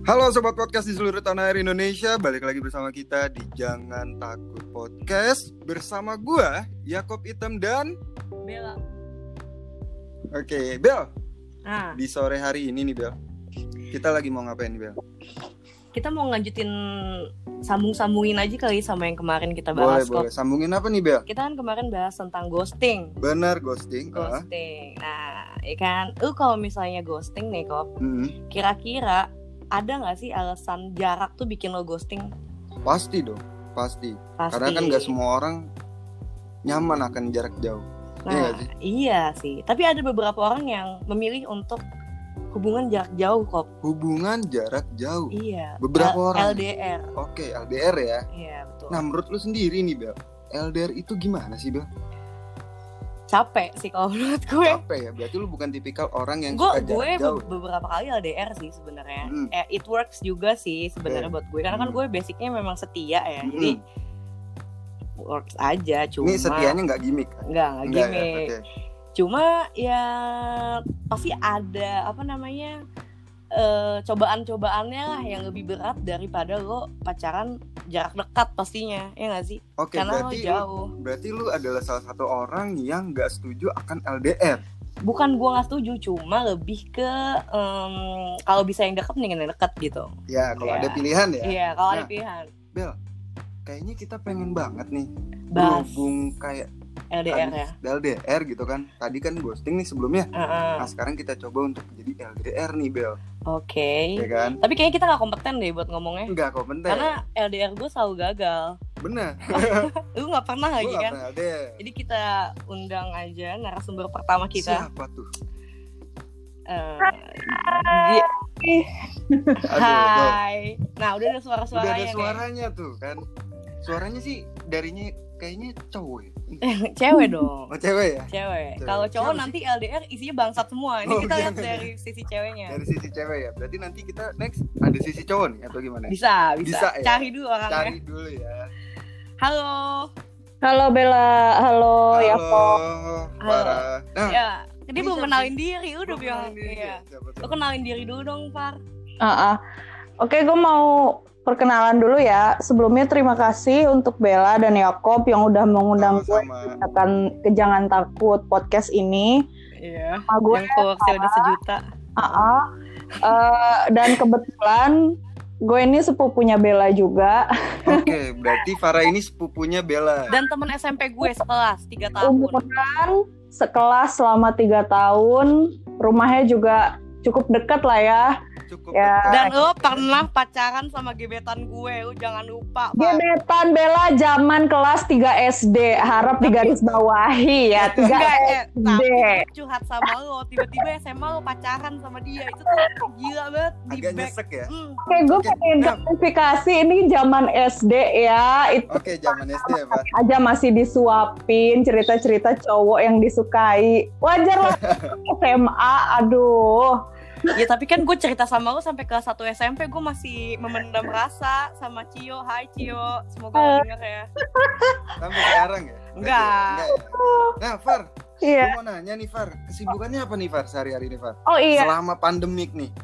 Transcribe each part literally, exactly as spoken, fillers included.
Halo Sobat Podcast di seluruh tanah air Indonesia. Balik lagi bersama kita di Jangan Takut Podcast. Bersama gue, Yakob Item dan Bella. Oke, Bel. Nah, Di sore hari ini nih, Bel, kita lagi mau ngapain nih, Bel? kita mau ngelanjutin sambung-sambungin aja kali sama yang kemarin kita Boleh, bahas. boleh. Sambungin apa nih, Bel? Kita kan kemarin bahas tentang ghosting. Benar, ghosting. Ah. Ghosting. Nah, ya kan, lu kalau misalnya ghosting nih, Kok, Mm-mm. kira-kira ada nggak sih alasan jarak tuh bikin lo ghosting? Pasti dong, pasti. Pasti. Karena kan nggak semua orang nyaman akan jarak jauh. Iya Nah, nggak sih? iya sih. Tapi ada beberapa orang yang memilih untuk hubungan jarak jauh, Kok. Hubungan jarak jauh. Iya. Beberapa L- orang. L D R. Oke, L D R ya. Iya, betul. Nah, menurut lu sendiri nih, Bel, L D R itu gimana sih, Bel? Capek sih kalau menurut gue. Capek ya? Berarti lu bukan tipikal orang yang gue suka gue jarak jauh. be- beberapa kali L D R sih sebenarnya. Mm. Eh, it works juga sih sebenarnya Oke. buat gue karena kan Mm. gue basicnya memang setia ya. Mm-mm. Jadi works aja cuma Ini setianya nggak gimmick kan? enggak enggak Nggak gini. ya? Oke. Cuma ya pasti ada apa namanya eh, cobaan-cobaannya lah yang lebih berat daripada lo pacaran jarak dekat pastinya, ya nggak sih? Oke, Karena lo berarti jauh. Lu, berarti lu adalah salah satu orang yang nggak setuju akan L D R. Bukan gue nggak setuju, cuma lebih ke em, kalau bisa yang dekat mendingan yang dekat gitu. Ya, kalau Iya. ada pilihan ya. Iya, kalau ada Nah. pilihan. Bel, kayaknya kita pengen banget nih Bahas berhubung kayak L D R tadi ya. L D R gitu kan. Tadi kan ghosting nih sebelumnya. Uh-uh. Nah, sekarang kita coba untuk jadi L D R nih, Bel. Oke. Ya kan? Tapi kayaknya kita gak kompeten deh buat ngomongnya. Enggak kompeten. Karena L D R gue selalu gagal. Bener. Lu gak pernah Gua lagi nggak kan? pernah L D R. Jadi kita undang aja narasumber pertama kita. Siapa tuh? Eh, dia- Aduh, Hai. Nah, udah ada Udah suara-suaranya ada nih. suaranya tuh kan. Suaranya sih darinya kayaknya cowok ya. Cewek dong. Oh, cewek ya? Cewek. Cewek. Kalau cowok Siapa nanti L D R isinya bangsat semua. Ini Oh, kita iya. lihat dari sisi ceweknya. Dari sisi cewek ya. Berarti nanti kita next ada sisi cowok nih atau gimana? Bisa, bisa. Bisa ya? Cari dulu orangnya. Cari dulu ya. Halo. Halo Bella, halo, Halo, Yakob. Farah. Nah, Ya, dia ini belum siapa kenalin diri, udah belum bilang. kenalin diri Iya. ya? Siapa tuh? Lo kenalin diri dulu dong, Far. Ah, ah. Oke, gue mau perkenalan dulu ya. Sebelumnya terima kasih untuk Bella dan Yakob yang udah mengundang gue Sama-sama. akan ke Jangan Takut podcast ini. Iya. Sama gue, Yang followersnya udah sejuta. ah, ah. Eh, dan kebetulan gue ini sepupunya Bella juga. Oke, berarti Farah ini sepupunya Bella. Dan temen S M P gue sekelas tiga tahun. Umuran sekelas selama tiga tahun. Rumahnya juga cukup dekat lah ya. Cukup Ya. dekat. Dan lo pernah pacaran sama gebetan gue, lo jangan lupa, Far. Gebetan Bella zaman kelas tiga S D. Harap digarisbawahi ya. tiga Enggak, eh, S D. tapi gue curhat sama lo, tiba-tiba S M A lo pacaran sama dia, itu tuh gila banget di Agak back. nyesek ya. Hmm. Oke, gue Oke, pengen nah. klarifikasi ini zaman S D ya. Itu Oke, zaman S D ya, Pak. aja masih disuapin cerita-cerita cowok yang disukai. Wajar lah S M A, aduh. Ya tapi kan gue cerita sama lo sampai kelas satu S M P, gue masih memendam rasa sama Cio. Hai Cio, semoga lo denger ya. Sampai sekarang ya? Enggak. Enggak ya? Nah, Far, Iya. gue mau nanya nih, Far. Kesibukannya apa nih, Far, sehari-hari nih, Far? Oh iya, Selama pandemik nih.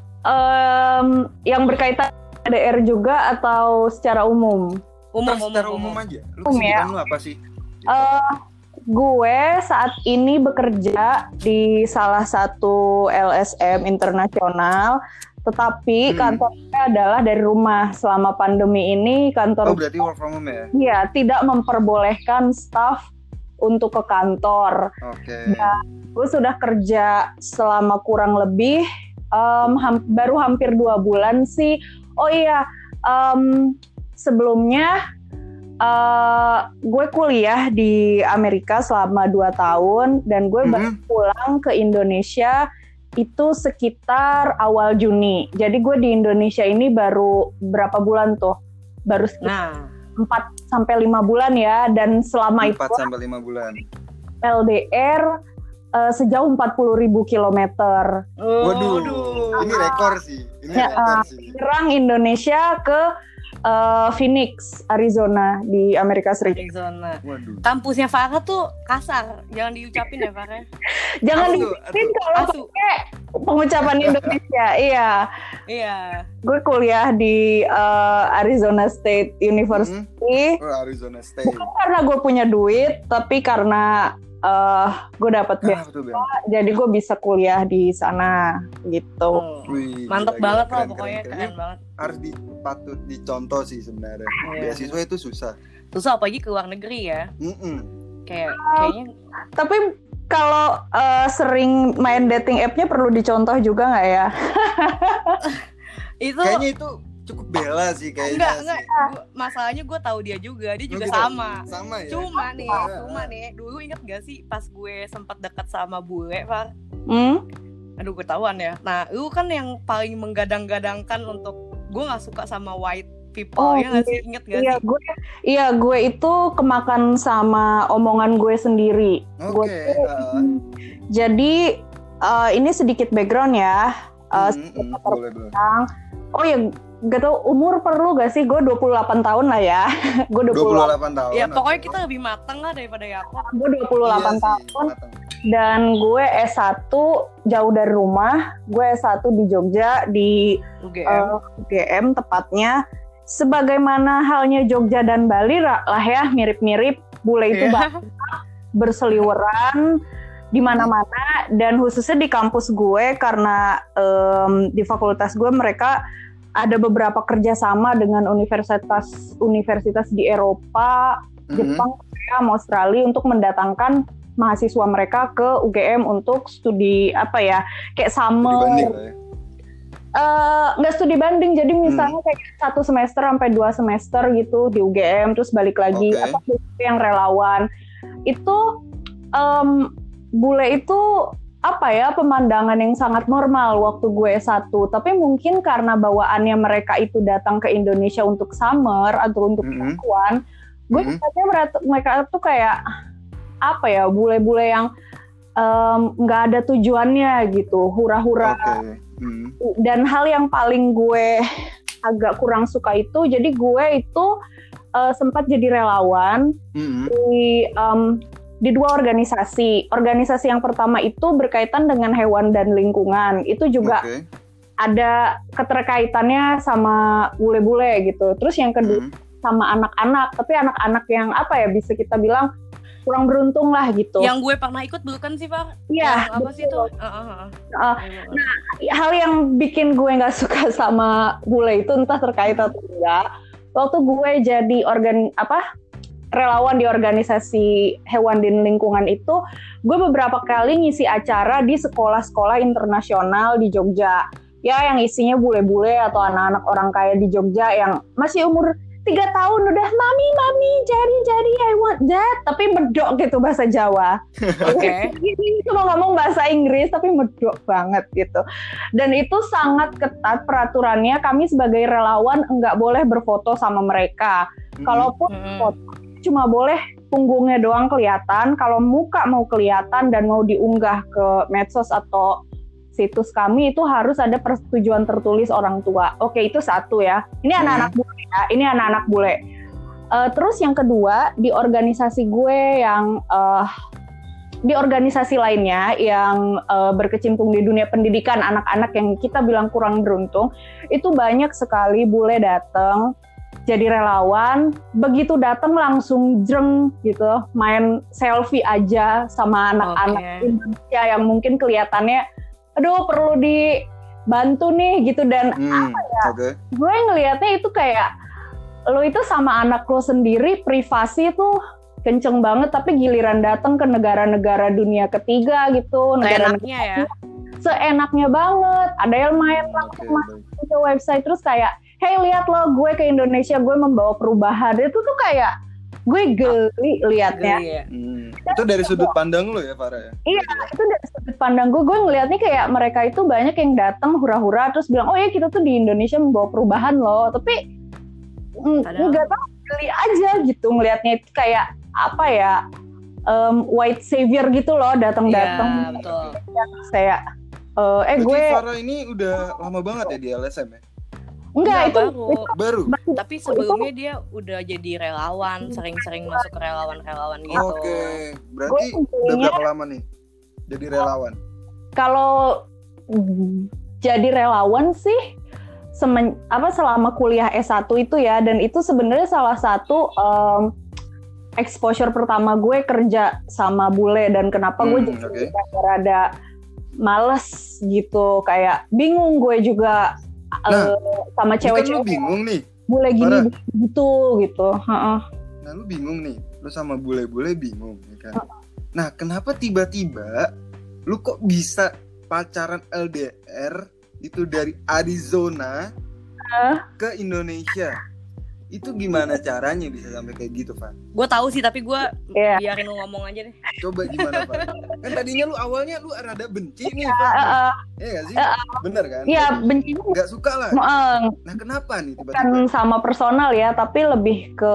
em, yang berkaitan L D R juga atau secara umum? Umum, Terus umum, secara umum. umum aja. Lu Umum ya. kesibukan lu apa sih? Gitu. Eh, gue saat ini bekerja di salah satu L S M internasional, tetapi Hmm. kantornya adalah dari rumah. Selama pandemi ini Oh, kantor berarti work from home ya? ya tidak memperbolehkan staff untuk ke kantor. Oke. Gue sudah kerja selama kurang lebih em, ham- baru hampir dua bulan sih. Oh iya, em, sebelumnya eh, gue kuliah di Amerika selama dua tahun dan gue Mhm. baru pulang ke Indonesia itu sekitar awal Juni. Jadi gue di Indonesia ini baru berapa bulan tuh? Baru sekitar Nah, empat sampai lima bulan ya, dan selama itu empat sampai lima bulan. L D R uh, sejauh empat puluh ribu kilometer. Waduh, ini rekor sih. Ini Ya, rekor uh, sih. Serang Indonesia ke uh, Phoenix, Arizona di Amerika Serikat. Arizona. Waduh. Kampusnya Farah tuh kasar, jangan diucapin ya Farah. Jangan Asu, diucapin asu. kalau Asu. pakai pengucapan Indonesia. Iya, Iya. gue kuliah di uh, Arizona State University. Oh, Arizona State. Bukan karena gue punya duit, tapi karena uh, gue dapat Kenapa beasiswa, tuh, Ben? jadi gue bisa kuliah di sana gitu. Oh. Wih, Mantep gila, banget gila. loh Keren, pokoknya, keren, keren, keren. banget. Harus dipatut dicontoh sih sebenarnya. Iya. Beasiswa itu susah. Susah apalagi ke luar negeri ya. Mm-mm. Kayak kayaknya Tapi kalau uh, sering main dating app-nya perlu dicontoh juga nggak ya? itu Kayaknya itu cukup bela sih kayaknya. enggak sih. enggak gua, masalahnya gue tahu dia juga, dia Oh, juga gitu? sama. Sama ya. Cuma nih, Ah. cuma nih, dulu inget gak sih pas gue sempat dekat sama bule, Far? Hmm? Aduh, ketahuan ya. Nah, lu kan yang paling menggadang-gadangkan untuk gue nggak suka sama white people, Oh, ya nggak sih? Inget gak Iya sih? gue, iya gue itu kemakan sama omongan gue sendiri. Oke. Gue tuh, uh, jadi uh, ini sedikit background ya. Uh, mm, mm, sedikit boleh boleh. tentang, oh ya, gak tau umur perlu gak sih? Gue dua puluh delapan tahun lah ya. Gue dua dua puluh delapan tahun. Ya, pokoknya oke. kita lebih matang lah daripada Yakob. gue dua puluh delapan Iya sih, tahun matang. dan gue S satu jauh dari rumah. Gue S satu di Jogja di U G M. uh, U G M tepatnya. Sebagaimana halnya Jogja dan Bali lah ya, mirip-mirip. Bule itu Iya. banyak berseliweran di mana-mana, dan khususnya di kampus gue karena um, di fakultas gue mereka ada beberapa kerjasama dengan universitas universitas di Eropa, Mhm. Jepang, Korea, sama Australia untuk mendatangkan mahasiswa mereka ke U G M untuk studi apa ya, kayak summer. Dibanding lah ya. Eh, nggak studi banding, jadi misalnya kayak satu semester sampai dua semester gitu di U G M, terus balik lagi. Oke. Atau yang relawan itu, em, bule itu apa ya, pemandangan yang sangat normal waktu gue S satu, tapi mungkin karena bawaannya mereka itu datang ke Indonesia untuk summer atau untuk Mhm. relawan, gue Mhm. katanya mereka, mereka tuh kayak apa ya, bule-bule yang em, nggak ada tujuannya gitu, hura-hura. Oke. Hmm. Dan hal yang paling gue agak kurang suka itu, jadi gue itu uh, sempat jadi relawan Mhm. di um, di dua organisasi. Organisasi yang pertama itu berkaitan dengan hewan dan lingkungan. Itu juga Oke. ada keterkaitannya sama bule-bule gitu. Terus yang kedua Mhm. sama anak-anak, tapi anak-anak yang apa ya, bisa kita bilang kurang beruntung lah gitu. Yang gue pernah ikut bukan sih, Far? Iya, Yang apa sih itu? betul. Uh, uh, uh. Uh, hal yang bikin gue nggak suka sama bule itu, entah terkait atau enggak, waktu gue jadi organ apa relawan di organisasi hewan dan lingkungan itu, gue beberapa kali ngisi acara di sekolah-sekolah internasional di Jogja ya, yang isinya bule-bule atau anak-anak orang kaya di Jogja yang masih umur tiga tahun udah mami mami jadi jadi I want that, tapi medok gitu bahasa Jawa. Oke. Ini cuma ngomong bahasa Inggris tapi medok banget gitu. Dan itu sangat ketat peraturannya. Kami sebagai relawan nggak boleh berfoto sama mereka. Mhm. Kalaupun Hmm. foto cuma boleh punggungnya doang kelihatan. Kalau muka mau kelihatan dan mau diunggah ke medsos atau situs kami, itu harus ada persetujuan tertulis orang tua. Oke, itu satu ya. Ini Hmm. anak-anak bule ya. Ini anak-anak bule. Uh, terus yang kedua, di organisasi gue yang uh, di organisasi lainnya yang uh, berkecimpung di dunia pendidikan anak-anak yang kita bilang kurang beruntung, itu banyak sekali bule datang jadi relawan, begitu datang langsung jreng gitu, main selfie aja sama anak-anak Oke. Indonesia yang mungkin kelihatannya aduh perlu dibantu nih gitu. Dan Hmm. Oke. gue ngelihatnya itu kayak lo itu sama anak lo sendiri privasi tuh kenceng banget, tapi giliran datang ke negara-negara dunia ketiga gitu, negara Seenaknya ya. seenaknya banget. Ada yang main Oke, langsung baik. masuk ke website terus kayak, hey lihat lo gue ke Indonesia, gue membawa perubahan. Itu tuh kayak gue geli liatnya. Geli ya. Hmm. Itu dari sudut pandang lu ya, Farah ya? Iya, itu dari sudut pandang gue, gue ngelihatnya kayak mereka itu banyak yang datang hura-hura terus bilang, oh ya kita tuh di Indonesia membawa perubahan loh, tapi mm, Padahal- nggak tahu, geli aja gitu ngelihatnya. Itu kayak apa ya, um, white savior gitu loh, datang-datang Iya, betul. terus kayak eh eh Berarti gue Farah ini udah lama banget ya di L S M ya? Enggak, itu, baru. itu Baru. Tapi sebelumnya dia udah jadi relawan, sering-sering masuk ke relawan-relawan gitu. Oke, berarti Gue udah intinya- berapa lama nih jadi relawan? Kalau mm, jadi relawan sih semen, apa selama kuliah S satu itu ya, dan itu sebenarnya salah satu um, exposure pertama gue kerja sama bule, dan kenapa gue Hmm, jadi oke. rada males gitu, kayak bingung gue juga Nah, uh, sama Ini kan lu cewek-cewek bingung nih. bule gini Farah. bule gitu gitu. Heeh. Nah, lu bingung nih. Lu sama bule-bule bingung, ya kan? Nah, kenapa tiba-tiba lu kok bisa pacaran L D R itu dari Arizona Hah? ke Indonesia? Itu gimana caranya bisa sampai kayak gitu, Pak? Gue tahu sih, tapi gue Iya. biarin lu ngomong aja deh. Coba gimana, Pak? Kan tadinya lu awalnya lu rada benci nih, Pak. Heeh. Iya gak sih? Bener kan? Iya, benci Gak suka lah. Heeh. Nah, kenapa nih Bukan tiba-tiba? sama personal ya, tapi lebih ke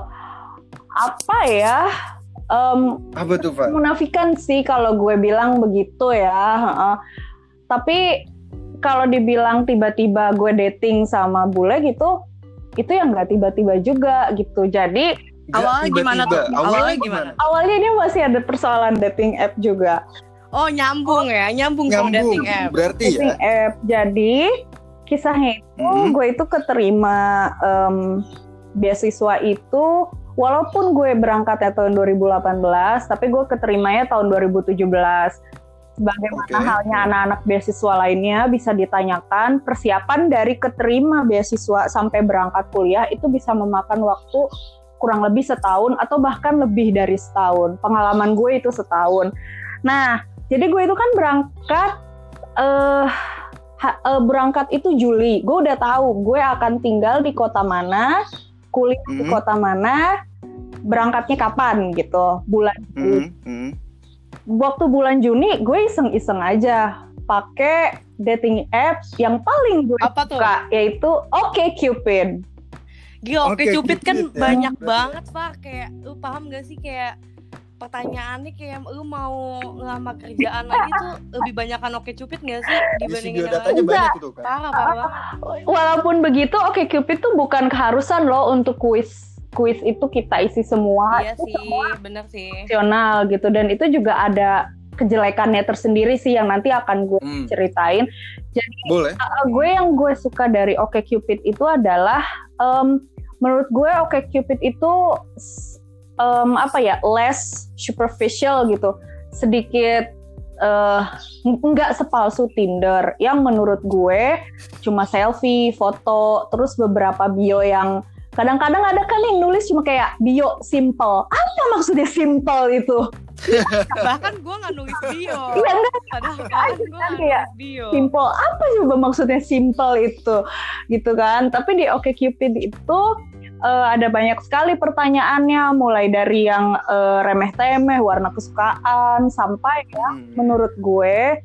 apa ya? Em, Apa tuh, Pak? Munafikan sih kalau gue bilang begitu ya. Heeh. Tapi kalau dibilang tiba-tiba gue dating sama bule gitu, itu yang nggak tiba-tiba juga gitu. Jadi Nggak Awalnya gimana tiba-tiba. tuh? Awalnya Awalnya gimana? gimana? awalnya dia masih ada persoalan dating app juga. Oh, nyambung ya, nyambung, sama Nyambung. dating app. Berarti Dating ya. app. Jadi kisahnya itu Mhm. gue itu keterima em, beasiswa itu walaupun gue berangkatnya tahun dua ribu delapan belas, tapi gue keterimanya tahun dua ribu tujuh belas. Sebagaimana Oke. halnya anak-anak beasiswa lainnya, bisa ditanyakan persiapan dari keterima beasiswa sampai berangkat kuliah itu bisa memakan waktu kurang lebih setahun atau bahkan lebih dari setahun. Pengalaman gue itu setahun. Nah, jadi gue itu kan berangkat eh ha- eh, berangkat itu Juli. Gue udah tahu gue akan tinggal di kota mana, kuliah di Mhm. kota mana, berangkatnya kapan gitu, bulan Juli. Hmm, hmm. Waktu bulan Juni gue iseng-iseng aja pakai dating apps yang paling gue Apa tuh? suka, yaitu OkCupid. Gila, Oke, oke Cupid kan Cupid ya. banyak Berarti- banget, Pak. Kayak lu paham gak sih, kayak pertanyaannya kayak lu mau ngelamar kerjaan lagi tuh lebih banyakan oke Cupid gak sih Isi dibandingin yang biodatanya lain? banyak tuh kan. Parah, parah banget. Walaupun begitu, OkCupid tuh bukan keharusan loh untuk kuis. Kuis itu kita isi semua, Iya itu sih, semua bener sih. opsional gitu, dan itu juga ada kejelekannya tersendiri sih yang nanti akan gue Hmm. ceritain. Boleh. Uh, gue yang gue suka dari OkCupid itu adalah um, menurut gue OkCupid itu um, apa ya, less superficial gitu, sedikit uh, nggak sepalsu Tinder yang menurut gue cuma selfie, foto, terus beberapa bio yang kadang-kadang ada kan yang nulis cuma kayak bio simple. Apa maksudnya simple itu? Bahkan gue gak nulis bio. Iya, enggak. Padahal kan gue gak Kayak nulis bio. Simple, apa coba maksudnya simple itu, gitu kan? Tapi di OkCupid itu uh, ada banyak sekali pertanyaannya, mulai dari yang uh, remeh-temeh, warna kesukaan, sampai ya Hmm. menurut gue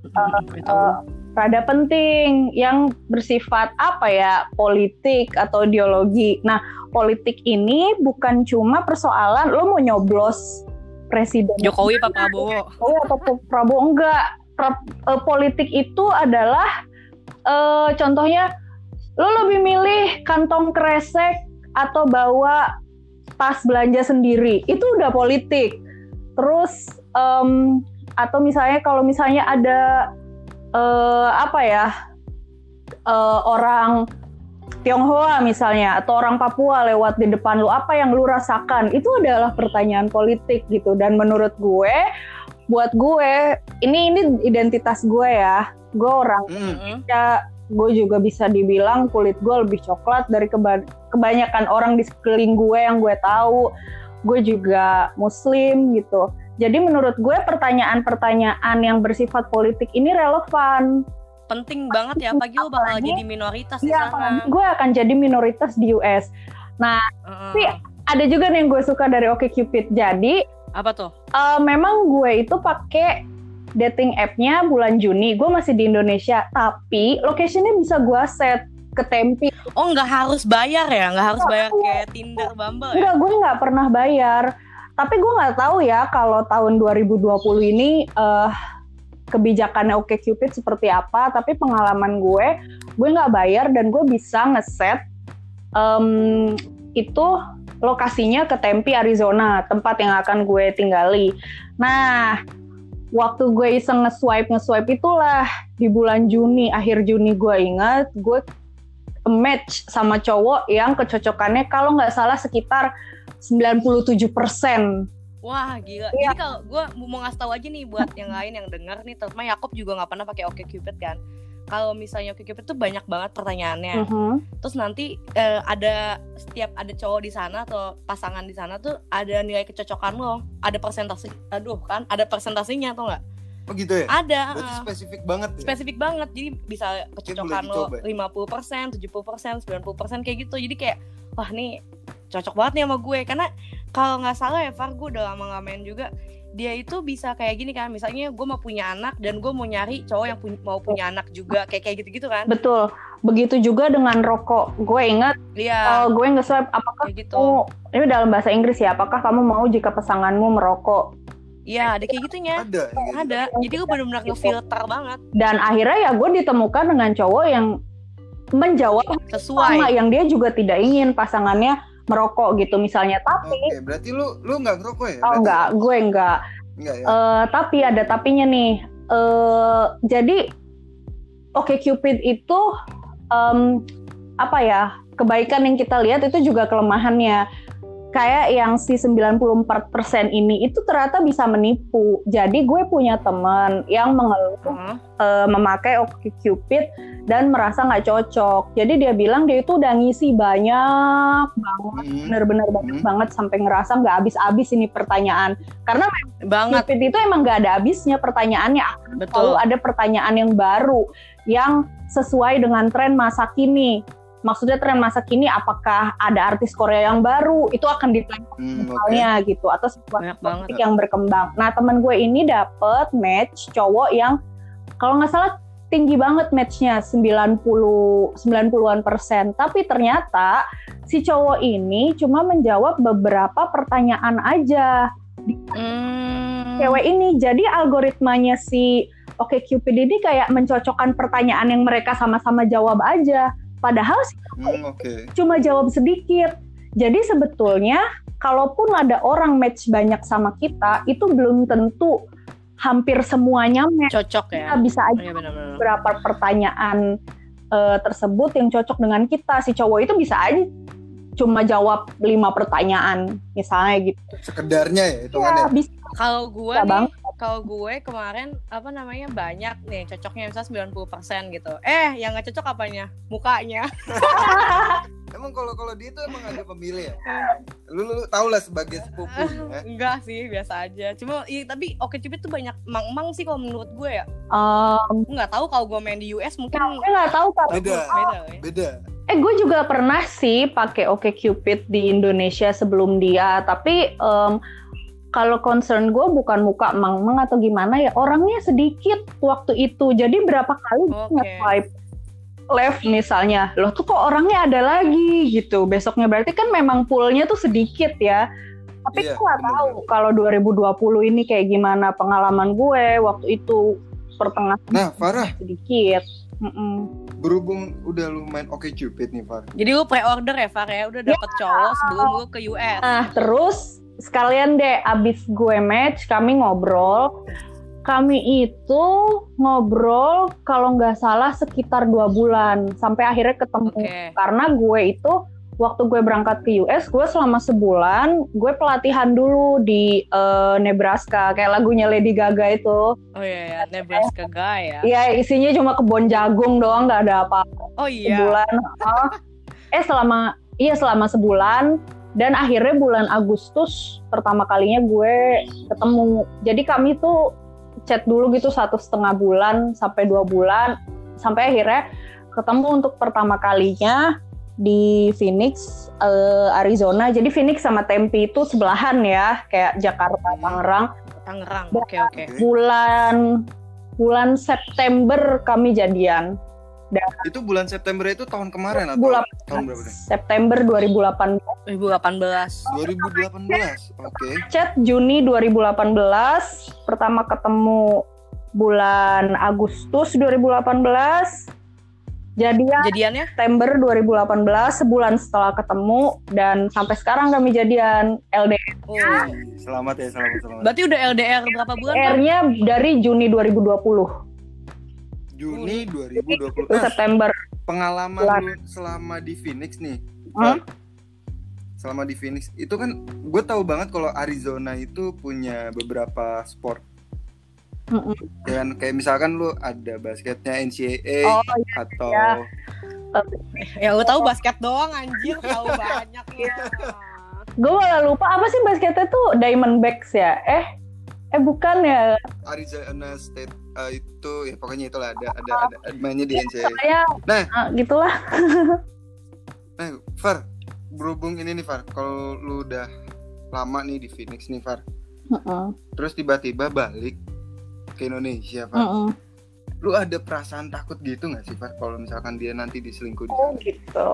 uh, rada penting yang bersifat apa ya, politik atau ideologi. Nah, politik ini bukan cuma persoalan lo mau nyoblos presiden Jokowi Pak Prabowo. Oh, atau P- Prabowo, enggak. Pra- eh, politik itu adalah eh, contohnya lo lebih milih kantong kresek atau bawa tas belanja sendiri. Itu udah politik. Terus em, atau misalnya kalau misalnya ada eh, apa ya, eh, orang Tionghoa misalnya atau orang Papua lewat di depan lu, apa yang lu rasakan? Itu adalah pertanyaan politik gitu. Dan menurut gue, buat gue, ini ini identitas gue ya. Gue orang Hmm. Mm-mm. ya, gue juga bisa dibilang kulit gue lebih coklat dari keba- kebanyakan orang di sekeliling gue yang gue tahu. Gue juga Muslim gitu. Jadi menurut gue pertanyaan-pertanyaan yang bersifat politik ini relevan. Penting banget ya, apalagi lu bakal Apalagi- jadi minoritas di Iya, sana. apalagi gue akan jadi minoritas di U S. Heeh. tapi- Ada juga nih yang gue suka dari OkCupid. Jadi Apa tuh? uh, memang gue itu pakai dating app-nya bulan Juni. Gue masih di Indonesia, tapi location-nya bisa gue set ke Tempe. Oh, nggak harus bayar ya? Nggak harus bayar kayak Tinder, Bumble ya? Enggak, gue nggak pernah bayar. Tapi gue nggak tahu ya kalau tahun dua ribu dua puluh ini uh, kebijakannya OkCupid seperti apa. Tapi pengalaman gue, gue nggak bayar dan gue bisa ngeset um, itu lokasinya ke Tempe, Arizona, tempat yang akan gue tinggali. Nah, waktu gue iseng nge-swipe nge-swipe itulah di bulan Juni, akhir Juni gue ingat gue match sama cowok yang kecocokannya kalau nggak salah sekitar sembilan puluh tujuh persen. Wah gila. Iya. Jadi kalau gue mau ngasih tahu aja nih buat yang lain yang dengar nih, terutama Yakob juga nggak pernah pakai OkCupid kan. Kalau misalnya OkCupid tuh banyak banget pertanyaannya. Uh-huh. Terus nanti eh, ada setiap ada cowok di sana atau pasangan di sana tuh ada nilai kecocokan lo, ada persentase. Aduh kan, ada persentasenya atau nggak? Oh gitu ya? Ada. Berarti uh, spesifik banget ya? Spesifik banget. Jadi bisa kecocokan lo dicoba. lima puluh persen, tujuh puluh persen, sembilan puluh persen kayak gitu. Jadi kayak wah nih cocok banget nih sama gue. Karena kalau nggak salah ya Far, gue udah lama nggak main juga. Dia itu bisa kayak gini kan, misalnya gue mau punya anak dan gue mau nyari cowok yang pu- mau punya anak juga, kayak kayak gitu-gitu kan. Betul. Begitu juga dengan rokok. Gue ingat Iya. uh, gue nge-swipe apakah Kayak gitu. kamu, ini dalam bahasa Inggris ya, apakah kamu mau jika pasanganmu merokok? Iya, ada kayak gitunya. Ada. ya gitu. Ada. Jadi gue benar-benar ngefilter banget. Dan akhirnya ya gue ditemukan dengan cowok yang menjawab Sesuai. sama, yang dia juga tidak ingin pasangannya merokok gitu misalnya. Tapi Oke, berarti lu lu nggak ngerokok ya? oh Berarti? enggak, gue enggak. Enggak ya? Eh, tapi ada tapinya nih. Eh, jadi OkCupid itu em, apa ya? Kebaikan yang kita lihat itu juga kelemahannya. Kayak yang si sembilan puluh empat persen ini itu ternyata bisa menipu. Jadi gue punya teman yang mengeluh Uh-huh. uh, memakai OkCupid dan merasa nggak cocok. Jadi dia bilang dia itu udah ngisi banyak banget, Hmm. bener-bener banyak Hmm. banget sampai ngerasa nggak habis-habis ini pertanyaan. Karena Banget. Cupid itu emang nggak ada habisnya pertanyaannya. Selalu Betul. ada pertanyaan yang baru yang sesuai dengan tren masa kini. Maksudnya tren masa kini, apakah ada artis Korea yang baru? Itu akan ditanya Hmm, oke. misalnya gitu, atau sebuah Banyak banget. topik yang berkembang. Nah, teman gue ini dapet match cowok yang kalau nggak salah tinggi banget matchnya, sembilan puluh sembilan puluhan persen. Tapi ternyata si cowok ini cuma menjawab beberapa pertanyaan aja. Hmm. Cewek ini, jadi algoritmanya si OkCupid ini kayak mencocokkan pertanyaan yang mereka sama-sama jawab aja. Padahal si Hmm, oke. cuma jawab sedikit. Jadi sebetulnya kalaupun ada orang match banyak sama kita, itu belum tentu hampir semuanya match. Cocok ya. Kita bisa aja Iya benar-benar. beberapa pertanyaan eh, tersebut yang cocok dengan kita. Si cowok itu bisa aja cuma jawab lima pertanyaan misalnya gitu. Sekedarnya ya Ya, hitungannya. bisa Kalau gue Bisa nih, banget. kalau gue kemarin apa namanya banyak nih cocoknya misalnya sembilan puluh persen gitu. Eh, yang nggak cocok apanya? Mukanya. Emang kalau kalau dia tuh emang agak pemilih ya. Lu lu, lu tau lah sebagai sepupu ya. Enggak sih, biasa aja. Cuma iya, tapi OkCupid tuh banyak mang-mang sih kalau menurut gue ya. Um, Nggak tahu kalau gue main di U S mungkin gue nggak tahu karena Beda. beda ya. Beda. Eh, gue juga pernah sih pakai OkCupid di Indonesia sebelum dia, tapi em, kalau concern gue bukan muka mang-mang atau gimana ya, orangnya sedikit waktu itu. Jadi berapa kali gue Oke. nge-swipe left misalnya, loh tuh kok orangnya ada lagi gitu. Besoknya berarti kan memang poolnya tuh sedikit ya. Tapi Iya, gue nggak bener. tahu kalau dua ribu dua puluh ini kayak gimana pengalaman gue waktu itu pertengahan Nah, Farah, sedikit. Mm-mm. berhubung udah lu main OkCupid nih, Farah. Jadi lu pre-order ya, Far ya? Udah dapet cowok sebelum lu ke U S. Nah, terus sekalian deh abis gue match, kami ngobrol. Kami itu ngobrol kalau nggak salah sekitar dua bulan. Sampai akhirnya ketemu. Oke. Karena gue itu, waktu gue berangkat ke U S, gue selama sebulan, gue pelatihan dulu di eh, Nebraska. Kayak lagunya Lady Gaga itu. Oh iya, ya. Nebraska guy ya. Ya isinya cuma kebun jagung doang, nggak ada apa-apa. Oh iya. Sebulan. Oh. Eh selama, iya selama sebulan. Dan akhirnya bulan Agustus pertama kalinya gue ketemu. Jadi kami tuh chat dulu gitu satu setengah bulan sampai dua bulan. Sampai akhirnya ketemu untuk pertama kalinya di Phoenix, uh, Arizona. Jadi Phoenix sama Tempe itu sebelahan ya. Kayak Jakarta, Tangerang. Tangerang. Oke, oke. Bulan, bulan September kami jadian. Itu bulan September itu tahun kemarin atau Bulan tahun berapa nih? September dua ribu delapan belas. dua ribu delapan belas. dua ribu delapan belas. Oke. Chat Juni dua ribu delapan belas, pertama ketemu bulan Agustus dua ribu delapan belas, Jadian Jadiannya? September dua ribu delapan belas, sebulan setelah ketemu, dan sampai sekarang kami jadian L D R. Oh. Selamat ya, selamat selamat. Berarti udah L D R berapa bulan? Bang? R-nya dari Juni dua ribu dua puluh. Juni dua ribu dua puluh. Itu Nah, September. pengalaman Bulan. lu selama di Phoenix nih. Hmm? Selama di Phoenix itu kan gue tahu banget kalau Arizona itu punya beberapa sport. Mm-mm. Dan kayak misalkan lu ada basketnya N C A A Oh, atau iya. Ya lu tahu basket doang anjir, tahu banyak ya. Gue malah lupa apa sih basketnya tuh Diamondbacks ya? Eh, eh bukan ya? Arizona State eh, itu ya pokoknya itulah ada ada ada, ada mainnya di N C A A. Pokoknya Nah, ah, gitulah. nah, Far, berhubung ini nih Far, kalau lu udah lama nih di Phoenix nih Far, Mm-mm. terus tiba-tiba balik ke Indonesia Far, Mm-mm. lu ada perasaan takut gitu nggak sih Far kalau misalkan dia nanti diselingkuh di Oh sana? gitu.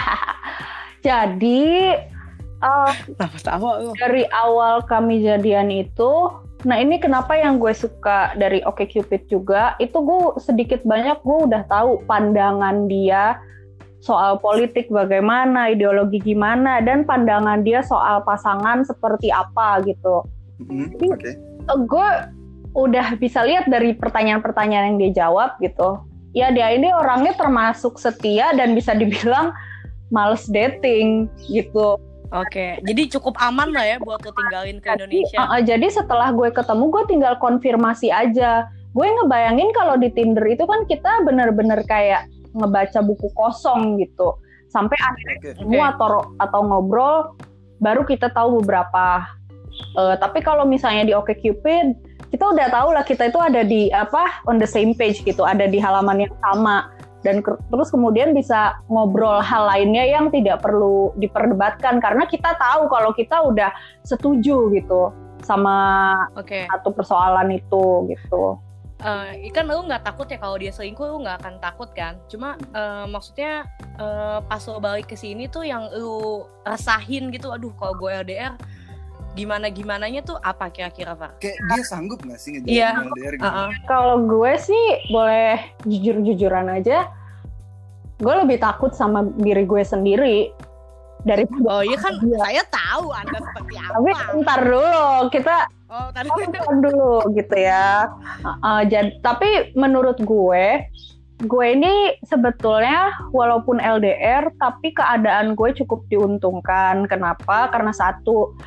Jadi uh, Kenapa tahu lu? dari awal kami jadian itu, nah ini kenapa yang gue suka dari OkCupid juga, itu gue sedikit banyak gue udah tahu pandangan dia soal politik bagaimana, ideologi gimana, dan pandangan dia soal pasangan seperti apa gitu. Mm-hmm. Jadi, Oke. Uh, gue udah bisa lihat dari pertanyaan-pertanyaan yang dia jawab gitu. Ya dia ini orangnya termasuk setia dan bisa dibilang males dating gitu. Oke, jadi cukup aman lah ya buat lo tinggalin ke Indonesia. Uh, uh, jadi setelah gue ketemu, gue tinggal konfirmasi aja. Gue ngebayangin kalau di Tinder itu kan kita bener-bener kayak ngebaca buku kosong gitu. Sampai akhirnya Oke. ketemu atau atau ngobrol, baru kita tahu beberapa. Uh, tapi kalau misalnya di OkCupid, kita udah tahu lah kita itu ada di apa on the same page gitu, ada di halaman yang sama. Dan ke- terus kemudian bisa ngobrol hal lainnya yang tidak perlu diperdebatkan karena kita tahu kalau kita udah setuju gitu sama Oke. satu persoalan itu gitu. Eh, kan lu nggak takut ya kalau dia selingkuh, lu nggak akan takut kan? Cuma eh, maksudnya eh, pas lo balik ke sini tuh yang lu rasahin gitu, aduh kalau gue L D R gimana gimananya tuh apa kira-kira Pak? Kayak dia sanggup nggak sih ngejalanin Iya. L D R gitu? Uh-uh. Kalau gue sih boleh jujur-jujuran aja, gue lebih takut sama diri gue sendiri dari. Oh iya kan, Iya. saya tahu Anda seperti apa. Tapi ntar dulu kita Oh tadi. ntar dulu gitu ya. Uh, jad- tapi menurut gue, gue ini sebetulnya walaupun L D R, tapi keadaan gue cukup diuntungkan. Kenapa? Karena satu,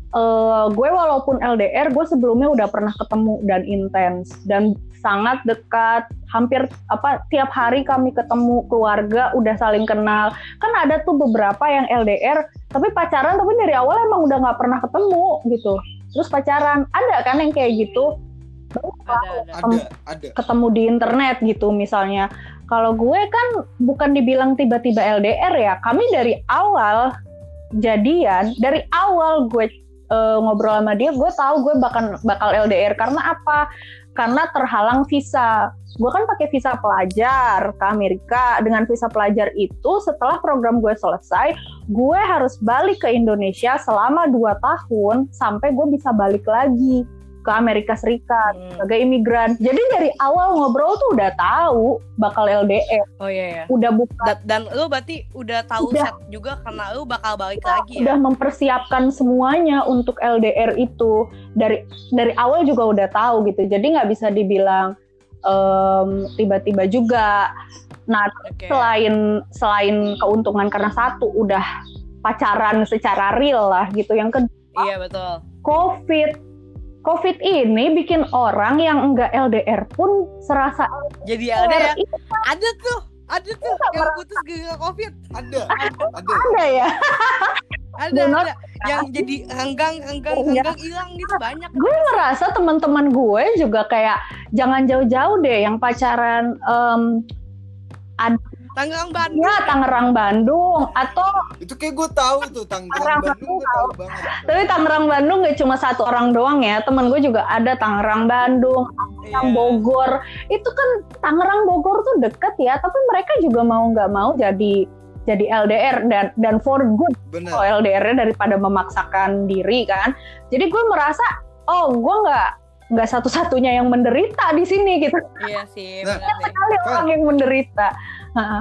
uh, gue walaupun L D R, gue sebelumnya udah pernah ketemu dan intens dan sangat dekat, hampir apa tiap hari kami ketemu keluarga, udah saling kenal. Kan ada tuh beberapa yang L D R tapi pacaran, tapi dari awal emang udah nggak pernah ketemu gitu, terus pacaran. Ada kan yang kayak gitu, Ada, ada. Ada, ada. ketemu di internet gitu misalnya. Kalau gue kan bukan dibilang tiba-tiba L D R ya, kami dari awal jadian, dari awal gue uh, ngobrol sama dia, gue tahu gue bakal bakal L D R. Karena apa? Karena terhalang visa. Gue kan pakai visa pelajar ke Amerika. Dengan visa pelajar itu, setelah program gue selesai, gue harus balik ke Indonesia selama dua tahun sampai gue bisa balik lagi ke Amerika Serikat Hmm. sebagai imigran. Jadi dari awal ngobrol tuh udah tahu bakal L D R. Oh iya ya. Udah buka, Da- dan lu berarti udah tahu Udah. set juga karena lu bakal balik lagi ya. udah mempersiapkan semuanya untuk L D R itu. Dari dari awal juga udah tahu gitu. Jadi nggak bisa dibilang em, tiba-tiba juga. Nah, Oke. selain selain keuntungan karena satu udah pacaran secara real lah gitu. Yang kedua, Iya betul. COVID. COVID ini bikin orang yang enggak L D R pun serasa Jadi L D R Itu ada tuh, ada tuh yang putus gara-gara COVID. Ada, ada. ada ya. Ada, Benar. ada. Yang jadi renggang, renggang, Iya. renggang hilang gitu banyak. Gue ngerasa teman-teman gue juga kayak jangan jauh-jauh deh yang pacaran em, Tangerang Bandung. ya Tangerang Bandung atau Itu kayak gue tahu tuh Tangerang Bandung, gue tahu banget. tapi Tangerang Bandung gak cuma satu orang doang ya, temen gue juga ada Tangerang Bandung, yang Iya. Bogor. Itu kan Tangerang Bogor tuh deket ya, tapi mereka juga mau nggak mau jadi jadi L D R dan dan for good Benar. kalau L D R-nya daripada memaksakan diri kan. Jadi gue merasa oh gue nggak nggak satu-satunya yang menderita di sini gitu. Iya sih, Nah. benar deh. Kali orang yang menderita. Ha-ha.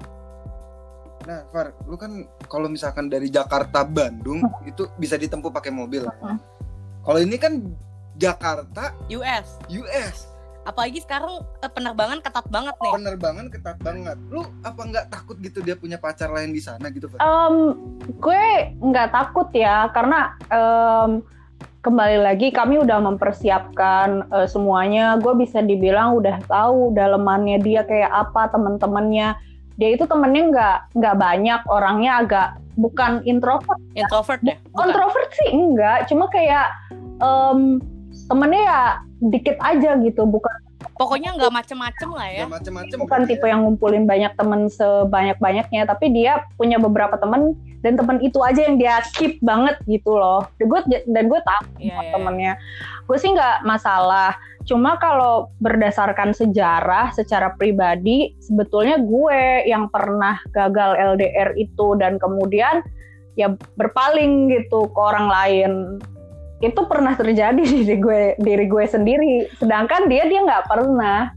Nah, Far, lu kan kalau misalkan dari Jakarta Bandung itu bisa ditempuh pakai mobil lah. Hmm. Kalau ini kan Jakarta U S. U S, Apalagi sekarang eh, penerbangan ketat banget nih. penerbangan ketat banget. Lu apa nggak takut gitu dia punya pacar lain di sana gitu, Far? Um, gue nggak takut ya, karena um, kembali lagi kami udah mempersiapkan uh, semuanya. Gue bisa dibilang udah tahu dalemannya dia kayak apa, teman-temannya. Dia itu temennya nggak nggak banyak, orangnya agak bukan introvert. Introvert ya? Bukan. Introvert sih enggak, cuma kayak um, temennya ya dikit aja gitu, bukan Pokoknya nggak macem-macem lah ya. Ya macem-macem. bukan berarti tipe ya. yang ngumpulin banyak temen sebanyak-banyaknya, tapi dia punya beberapa temen dan temen itu aja yang dia keep banget gitu loh. Dan gue dan gue tahu Iya, iya. temennya. Gue sih nggak masalah. Cuma kalau berdasarkan sejarah, secara pribadi, sebetulnya gue yang pernah gagal L D R itu dan kemudian ya berpaling gitu ke orang lain, itu pernah terjadi di diri gue, diri gue sendiri. Sedangkan dia dia nggak pernah.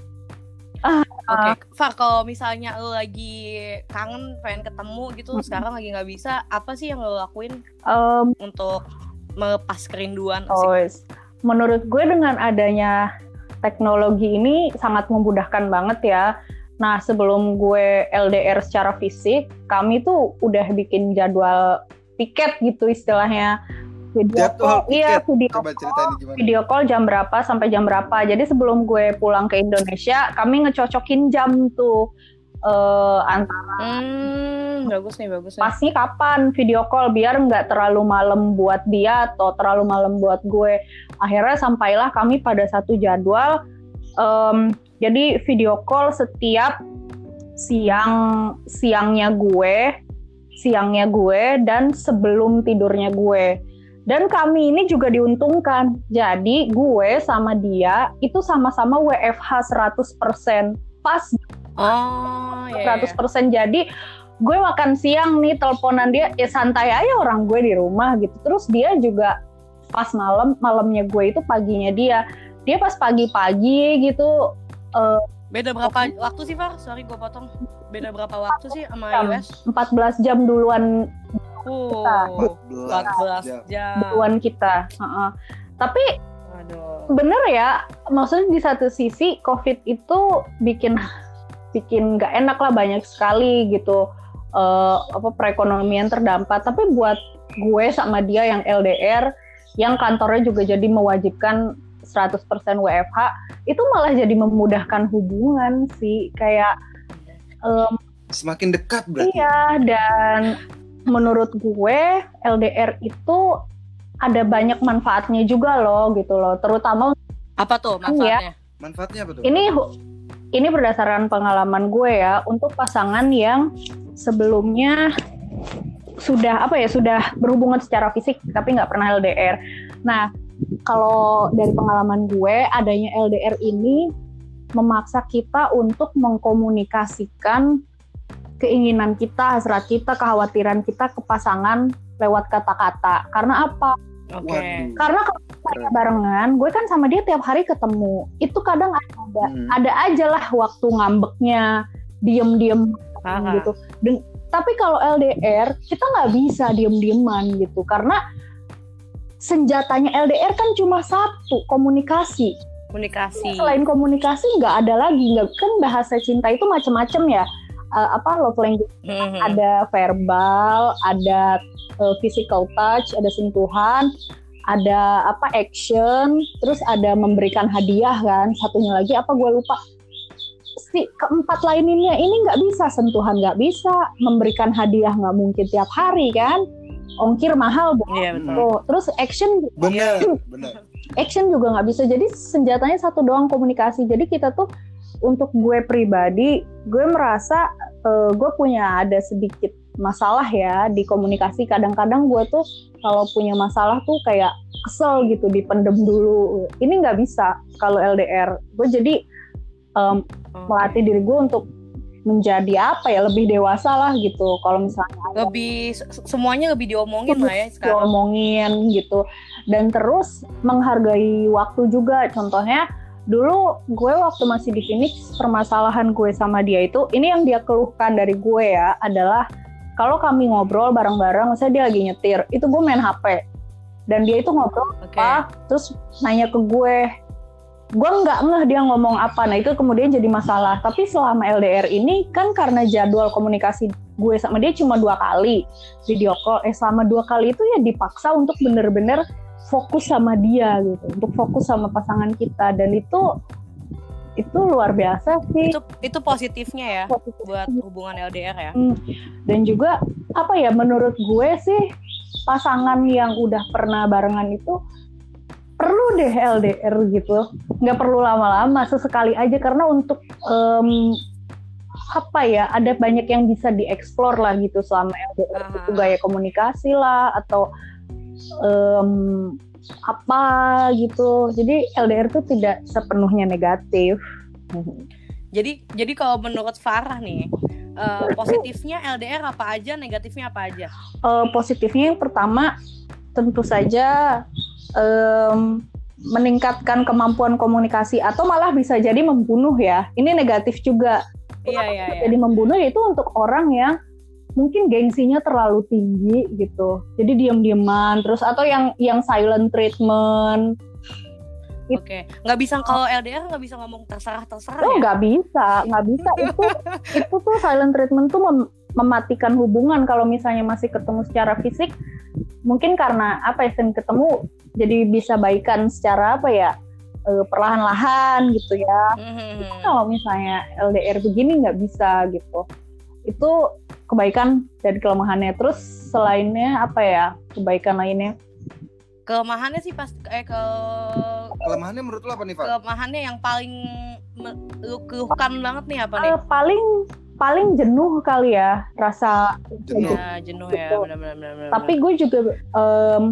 Oke, Far, kalau misalnya lo lagi kangen, pengen ketemu gitu, Hmm. sekarang lagi nggak bisa, apa sih yang lo lakuin Um, untuk melepas kerinduan? oh, Asik. menurut gue dengan adanya teknologi ini sangat memudahkan banget ya. Nah, sebelum gue L D R secara fisik, kami tuh udah bikin jadwal tiket gitu istilahnya. Video Jadwal call, iya, tiket. video Coba ceritain gimana. video call jam berapa sampai jam berapa. Jadi sebelum gue pulang ke Indonesia, kami ngecocokin jam tuh eh, antara Hmm, bagus nih, bagus nih. pasnya kapan video call biar nggak terlalu malam buat dia atau terlalu malam buat gue. Akhirnya sampailah kami pada satu jadwal. Em, jadi video call setiap siang siangnya gue, siangnya gue dan sebelum tidurnya gue. Dan kami ini juga diuntungkan. Jadi gue sama dia itu sama-sama W F H seratus persen. Pas Oh, iya, iya. seratus persen. Jadi gue makan siang nih, teleponan dia, ya santai aja, orang gue di rumah gitu. Terus dia juga pas malam, malamnya gue itu paginya dia. Dia pas pagi-pagi gitu. eh, Beda berapa waktu sih, Far? Sorry gue potong. Beda berapa waktu sih sama Jam. U S? empat belas jam duluan Uh, empat belas empat belas jam. jam. duluan kita. Heeh. Tapi Aduh. bener ya, maksudnya di satu sisi COVID itu bikin bikin nggak enak lah, banyak sekali gitu eh, apa perekonomian terdampak. Tapi buat gue sama dia yang L D R, yang kantornya juga jadi mewajibkan seratus persen W F H, itu malah jadi memudahkan hubungan sih, kayak em, Semakin dekat berarti. iya. Dan menurut gue L D R itu ada banyak manfaatnya juga loh gitu loh, terutama Apa tuh manfaatnya? Manfaatnya apa tuh? ini ini berdasarkan pengalaman gue ya, untuk pasangan yang sebelumnya sudah apa ya sudah berhubungan secara fisik tapi nggak pernah L D R. Nah, kalau dari pengalaman gue, adanya L D R ini memaksa kita untuk mengkomunikasikan keinginan kita, hasrat kita, kekhawatiran kita ke pasangan lewat kata-kata. Karena apa? Oke. Waduh. Karena kalau misalnya barengan, gue kan sama dia tiap hari ketemu. Itu kadang ada, Hmm. ada aja lah waktu ngambeknya, diem-diem Aha. gitu. Dan, tapi kalau L D R, kita nggak bisa diem-dieman gitu. Karena senjatanya L D R kan cuma satu, komunikasi. Komunikasi. Selain komunikasi nggak ada lagi. Nggak, kan bahasa cinta itu macam-macam ya. Uh, apa love language, Mhm. ada verbal, ada uh, physical touch, ada sentuhan, ada apa action, terus ada memberikan hadiah kan. Satunya lagi apa gue lupa. Si keempat lainnya ini nggak bisa, sentuhan nggak bisa, memberikan hadiah nggak mungkin tiap hari kan. Ongkir mahal bukan? Iya betul. Tuh. Terus action, Benar, benar. action juga nggak bisa. Jadi senjatanya satu doang, komunikasi. Jadi kita tuh, untuk gue pribadi, gue merasa uh, gue punya ada sedikit masalah ya di komunikasi. Kadang-kadang gue tuh kalau punya masalah tuh kayak kesel gitu, dipendem dulu. Ini nggak bisa kalau L D R. Gue jadi um, Oke. melatih diri gue untuk menjadi apa ya, lebih dewasa lah gitu. Kalau misalnya ada Lebih se- semuanya lebih diomongin lah ya sekarang. diomongin gitu, dan terus menghargai waktu juga. Contohnya dulu gue waktu masih di Phoenix, permasalahan gue sama dia itu, ini yang dia keluhkan dari gue ya, adalah kalau kami ngobrol bareng-bareng, misalnya dia lagi nyetir, itu gue main H P. Dan dia itu ngobrol Oke. apa, terus nanya ke gue. Gue nggak ngeh dia ngomong apa, nah itu kemudian jadi masalah. Tapi selama L D R ini, kan karena jadwal komunikasi gue sama dia cuma dua kali video call, eh selama dua kali itu ya dipaksa untuk bener-bener fokus sama dia gitu, untuk fokus sama pasangan kita, dan itu itu luar biasa sih. Itu itu positifnya ya Positif. buat hubungan L D R ya. Hmm. Dan juga apa ya, menurut gue sih pasangan yang udah pernah barengan itu perlu deh L D R gitu, nggak perlu lama-lama, sesekali aja, karena untuk um, apa ya, ada banyak yang bisa dieksplor lah gitu selama L D R. Aha. Itu gaya komunikasi lah atau um, apa gitu. Jadi L D R tuh tidak sepenuhnya negatif. Jadi jadi kalau menurut Farah nih, uh, positifnya L D R apa aja, negatifnya apa aja? Uh, positifnya yang pertama tentu saja um, meningkatkan kemampuan komunikasi, atau malah bisa jadi membunuh ya. Ini negatif juga. Iya iya iya. Jadi membunuh itu untuk orang yang mungkin gengsinya terlalu tinggi gitu. Jadi diam-diaman terus, atau yang yang silent treatment. Oke, nggak bisa kalau L D R nggak bisa ngomong terserah-terserah Oh, ya? nggak bisa, nggak bisa. Itu itu tuh silent treatment tuh mem- mematikan hubungan. Kalau misalnya masih ketemu secara fisik, mungkin karena apa ya, sering ketemu jadi bisa baikan secara apa ya, e, perlahan-lahan gitu ya. Mhm. Kalau misalnya L D R begini nggak bisa gitu. Itu kebaikan dan kelemahannya. Terus selainnya apa ya, kebaikan lainnya? Kelemahannya sih pas eh ke Kelemahannya menurut lo apa nih, Pak? kelemahannya yang paling me- lu keluhkan banget nih apa nih? Eh, paling paling jenuh kali ya, rasa Jenuh. Ya jenuh ya, Gitu. benar-benar. Tapi gue juga em,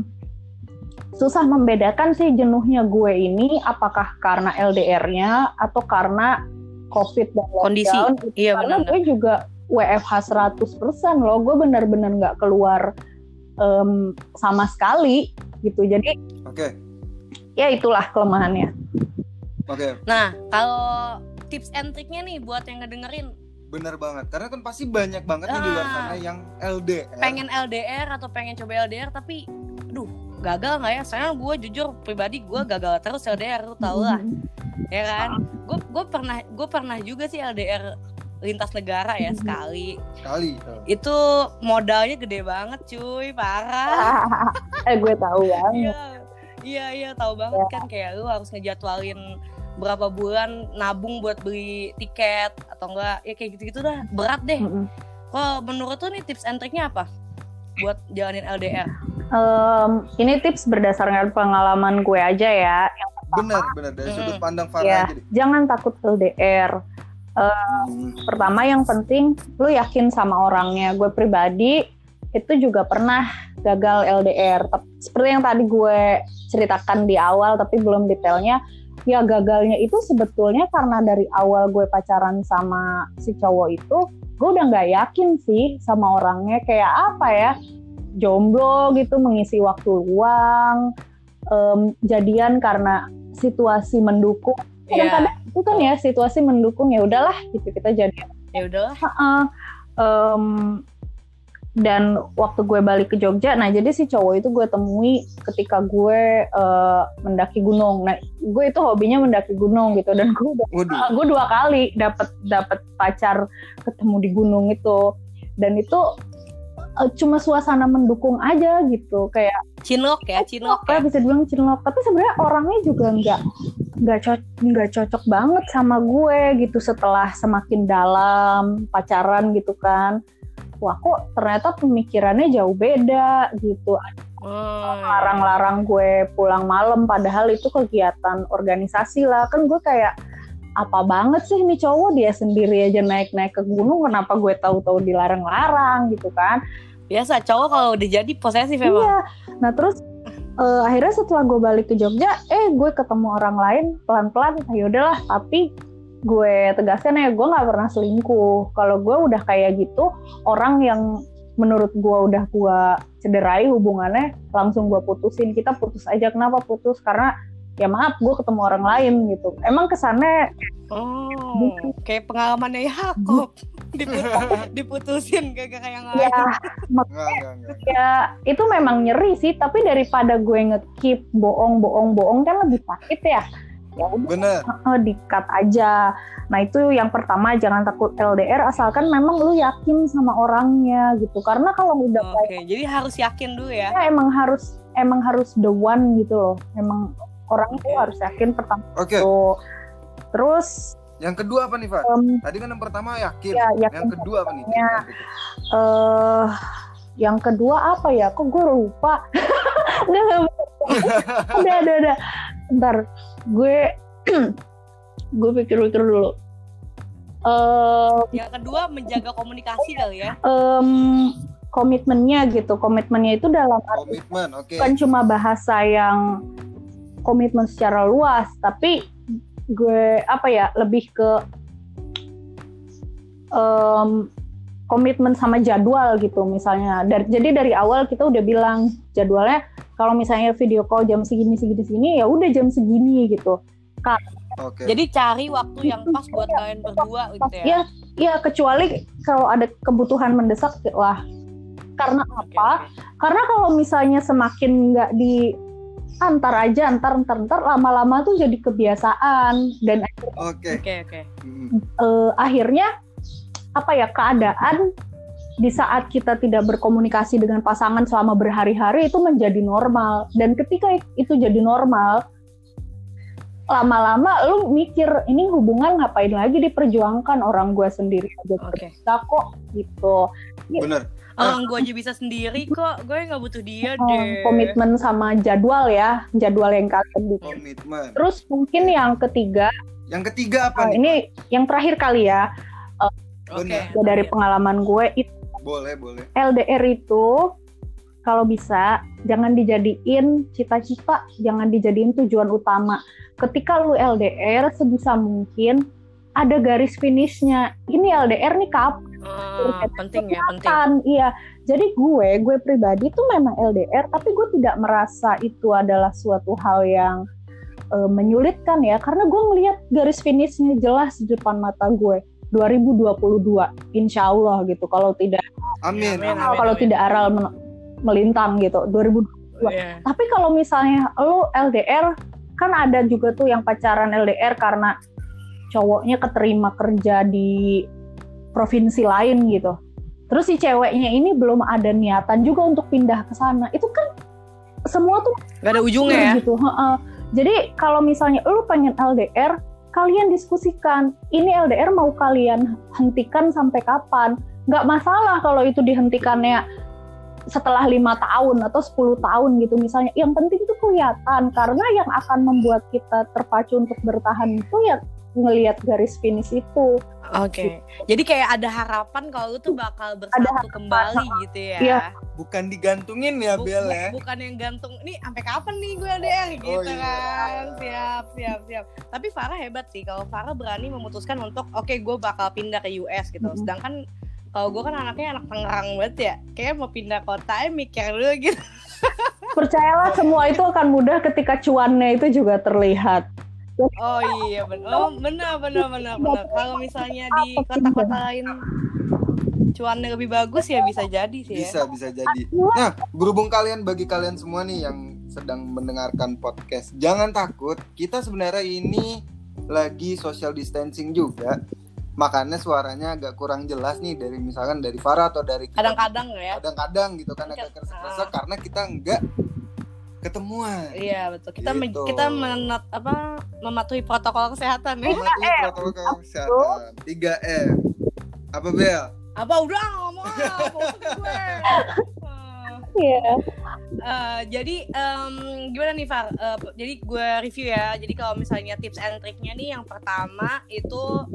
susah membedakan sih jenuhnya gue ini apakah karena L D R-nya atau karena COVID dan Kondisi. lockdown. Iya Karena benar. gue juga W F H seratus persen loh, gue benar-benar nggak keluar em, sama sekali gitu. Jadi Oke, ya itulah kelemahannya. oke, Nah, kalau tips and triknya nih buat yang ngedengerin, benar banget. Karena kan pasti banyak banget nih di luar Ah. sana yang L D R. pengen L D R atau pengen coba L D R tapi aduh, gagal nggak ya? Soalnya gue jujur pribadi gue gagal terus L D R, lu tau lah, ya kan? Gue gue pernah gue pernah juga sih L D R lintas negara ya sekali. Sekali. Itu modalnya gede banget cuy, parah. eh gue tahu banget. Iya, iya, iya, tahu banget kan, kayak lu harus ngejadwalin berapa bulan nabung buat beli tiket atau enggak, ya kayak gitu-gitu dah, berat deh. Mm-mm. Kalau menurut lu nih tips and triknya apa buat jalanin L D R? Em, ini tips berdasarkan pengalaman gue aja ya. Yang Benar, benar dari sudut Mm-mm. pandang Farah ya, aja deh. jangan takut L D R. Hmm. Pertama yang penting lu yakin sama orangnya. Gue pribadi itu juga pernah gagal L D R. Tep- Seperti yang tadi gue ceritakan di awal tapi belum detailnya. Ya gagalnya itu sebetulnya karena dari awal gue pacaran sama si cowok itu, gue udah nggak yakin sih sama orangnya, kayak apa ya, jomblo gitu, mengisi waktu luang, em, jadian karena situasi mendukung. Kadang-kadang itu kan ya situasi mendukung, ya udahlah gitu kita jadian. Ya udahlah. Uh, um, dan waktu gue balik ke Jogja, nah jadi si cowok itu gue temui ketika gue uh, mendaki gunung. Nah gue itu hobinya mendaki gunung gitu, dan gue udah, Waduh. uh, gue dua kali dapet dapet pacar ketemu di gunung itu, dan itu uh, cuma suasana mendukung aja gitu, kayak Cinlok ya, cinlok ya. bisa dibilang cinlok. Tapi sebenarnya orangnya juga nggak nggak cocok nggak cocok banget sama gue gitu. Setelah semakin dalam pacaran gitu kan, wah kok ternyata pemikirannya jauh beda gitu. Hmm. Larang-larang gue pulang malam, padahal itu kegiatan organisasi lah. Kan gue kayak, apa banget sih nih cowok, dia sendiri aja naik-naik ke gunung, kenapa gue tahu-tahu dilarang-larang gitu kan. Biasa cowok kalau udah jadi posesif emang. Iya. Nah terus uh, akhirnya setelah gue balik ke Jogja, eh gue ketemu orang lain pelan-pelan. Ya udahlah, tapi gue tegaskan ya, gue nggak pernah selingkuh. Kalau gue udah kayak gitu, orang yang menurut gue udah gue cederai hubungannya, langsung gue putusin. Kita putus aja. Kenapa putus? Karena ya maaf gue ketemu orang lain gitu. Emang kesannya oh kayak pengalamannya Yakob Diput- diputusin gara-gara yang lain. ya mak- Enggak, enggak, enggak. ya itu memang nyeri sih, tapi daripada gue nge-keep bohong bohong bohong kan lebih sakit ya. Ya udah, Bener. eh, di-cut aja. Nah itu yang pertama, jangan takut L D R asalkan memang lu yakin sama orangnya gitu. Karena kalau udah Oke, kayak jadi harus yakin dulu ya. ya, emang harus emang harus the one gitu loh. Emang orang itu Oke. harus yakin pertama Oke, itu. Terus yang kedua apa nih, Far? em, Tadi kan yang pertama yakin. ya yakin. Yang kedua apa nih? Ya. eh yang kedua apa ya? Kok gue lupa. Udah, udah, udah, udah, udah. Ntar gue gue pikir-pikir dulu. Eh Yang kedua menjaga komunikasi kali ya. em, komitmennya gitu. Komitmennya itu dalam arti Komitmen, oke. bukan cuma bahasa yang komitmen secara luas, tapi gue apa ya lebih ke em, komitmen sama jadwal gitu misalnya. Dari, jadi dari awal kita udah bilang jadwalnya kalau misalnya video call jam segini segini segini ya udah jam segini gitu. Oke. Jadi cari waktu yang pas buat kalian berdua gitu ya. Ya, ya kecuali kalau ada kebutuhan mendesak lah. Karena Oke, apa? oke. Karena kalau misalnya semakin nggak di antar aja, antar, antar, antar, lama-lama tuh jadi kebiasaan dan Oke. Oke, oke. Hmm. eh, akhirnya apa ya keadaan di saat kita tidak berkomunikasi dengan pasangan selama berhari-hari itu menjadi normal, dan ketika itu jadi normal lama-lama lu mikir ini hubungan ngapain lagi diperjuangkan, orang gue sendiri aja Oke. bisa kok gitu. Bener. Orang gue aja bisa sendiri kok, gue nggak butuh dia Oh, deh. komitmen sama jadwal ya, jadwal yang kalian bikin. Komitmen. Terus mungkin yang ketiga, Yang ketiga apa oh, nih? ini yang terakhir kali ya, Oke. Bener. ya dari pengalaman gue itu Boleh, boleh. L D R itu kalau bisa jangan dijadiin cita-cita, jangan dijadiin tujuan utama. Ketika lu L D R sebisa mungkin ada garis finishnya. Ini L D R nih kapan? Ah, penting ya, penting. Kapan? Iya. Jadi gue, gue pribadi tuh memang L D R, tapi gue tidak merasa itu adalah suatu hal yang uh, menyulitkan ya, karena gue ngelihat garis finishnya jelas di depan mata gue. dua ribu dua puluh dua, insya Allah gitu. Kalau tidak, Amin. Amin, amin. kalau tidak aral men- melintang gitu. dua ribu dua puluh dua. Iya. Tapi kalau misalnya lo L D R, kan ada juga tuh yang pacaran L D R karena cowoknya keterima kerja di provinsi lain gitu. Terus si ceweknya ini belum ada niatan juga untuk pindah ke sana. Itu kan semua tuh Gak ada ujungnya ya. gitu. Heeh. Jadi kalau misalnya lo pengen L D R, kalian diskusikan. Ini L D R mau kalian hentikan sampai kapan? Nggak masalah kalau itu dihentikannya setelah lima tahun atau sepuluh tahun gitu misalnya. Yang penting itu kelihatan, karena yang akan membuat kita terpacu untuk bertahan itu ya ngelihat garis finish itu. Oke. Jadi kayak ada harapan kalau lu tuh bakal bersatu kembali gitu ya. Iya. Bukan digantungin ya, Bu- Bel bu- ya. Bukan yang gantung. Nih sampai kapan nih gue L D R gitu iya. kan. Siap, siap, siap. Tapi Farah hebat sih kalau Farah berani memutuskan untuk oke gue bakal pindah ke U S gitu. Mm-hmm. Sedangkan kalau gue kan anaknya anak Tangerang banget ya. Kayak mau pindah kota ya mikir dulu gitu. Percayalah semua itu akan mudah ketika cuannya itu juga terlihat. Oh iya benar. Oh benar benar benar benar. Kalau misalnya di kota-kota lain cuannya lebih bagus ya bisa jadi sih ya. Bisa, bisa jadi. Nah, berhubung kalian, bagi kalian semua nih yang sedang mendengarkan podcast, jangan takut. Kita sebenarnya ini lagi social distancing juga. Makanya suaranya agak kurang jelas nih dari misalkan dari Farah atau dari kita. Kadang-kadang ya. Kadang-kadang gitu kan agak keresek-keresek karena kita enggak ketemuan. Iya betul. Kita me- Gitu. kita menat apa mematuhi protokol kesehatan ya. Mematuhi protokol kesehatan. tiga M. Apa, Bel? Apa udah ngomong ah, bosan gue. Ah. Iya. Eh, jadi em, gimana nih Far? Eh, jadi gue review ya. Jadi kalau misalnya tips and triknya nih, yang pertama itu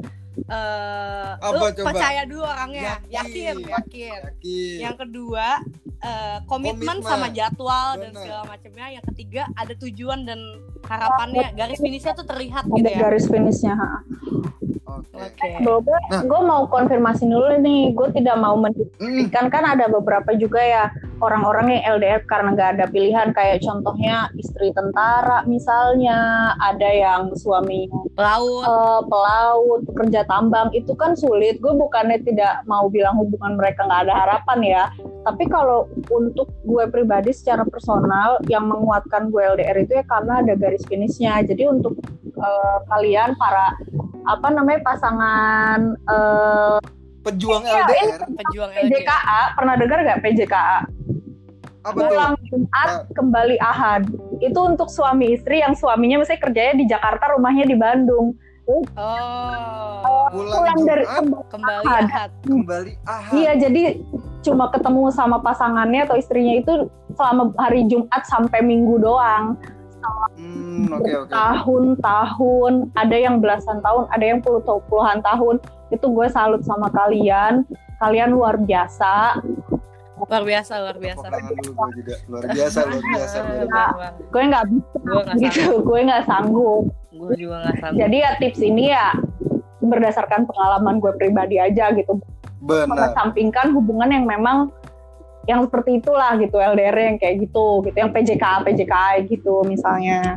eh Apa lu coba? percaya dulu orangnya, Yakin. yakin, yakin. Yakin. Yang kedua eh, komitmen, Komitmen. sama jadwal dan Bener. segala macamnya. Yang ketiga ada tujuan dan harapannya, garis finishnya tuh terlihat gitu Ada ya. garis finishnya. Ha. Oke. Oke. Sebelumnya Nah. gue mau konfirmasi dulu nih, gue tidak mau Hmm. mendiskusikan kan ada beberapa juga ya orang-orang yang L D R karena nggak ada pilihan, kayak contohnya istri tentara misalnya, ada yang suaminya Pelaut. eh, pelaut, pekerja tambang, itu kan sulit. Gue bukannya tidak mau bilang hubungan mereka nggak ada harapan ya, tapi kalau untuk gue pribadi secara personal yang menguatkan gue L D R itu ya karena ada garis finishnya. Jadi untuk eh, kalian para apa namanya pasangan eh, Pejuang Iya, L D R. Pejuang L D R. P J K A, pernah dengar nggak P J K A? Apa tuh? Pulang Jumat, kembali Ahad. Itu untuk suami istri yang suaminya misalnya kerjanya di Jakarta, rumahnya di Bandung. Oh. Pulang, Pulang dari Jumat, Kembali Ahad. Ahad. kembali Ahad. Iya, jadi cuma ketemu sama pasangannya atau istrinya itu selama hari Jumat sampai Minggu doang. Hmm, oke oke. Tahun-tahun, ada yang belasan tahun, ada yang puluh puluhan tahun. Itu gue salut sama kalian. Kalian luar biasa. Luar biasa, luar biasa. Tepuk tangan dulu gue juga. Luar biasa, luar biasa. luar biasa. Benar, Gue nggak bisa Gue nggak gitu, gue nggak sanggup. Gue juga nggak sanggup. Jadi ya tips ini ya berdasarkan pengalaman gue pribadi aja gitu. Benar. Mengesampingkan hubungan yang memang yang seperti itulah gitu, L D R yang kayak gitu, gitu, yang P J K A, P J K A gitu misalnya.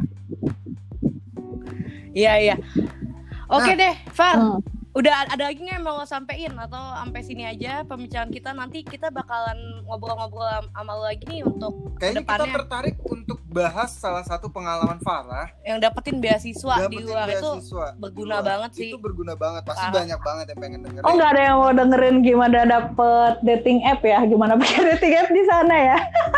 Iya, iya. Oke Nah. deh, Far. Hmm. Udah ada lagi nggak yang mau lo sampein atau sampai sini aja pembicaraan kita, nanti kita bakalan ngobrol-ngobrol sama lo lagi nih untuk Kayaknya kita kedepannya. tertarik untuk bahas salah satu pengalaman Farah yang dapetin beasiswa di dapetin luar itu beasiswa di berguna luar. banget sih. Itu berguna banget. Pasti Parah. banyak banget yang pengen dengerin. Oh, nggak ada yang mau dengerin gimana dapet dating app ya? Gimana pakai dating app di sana ya?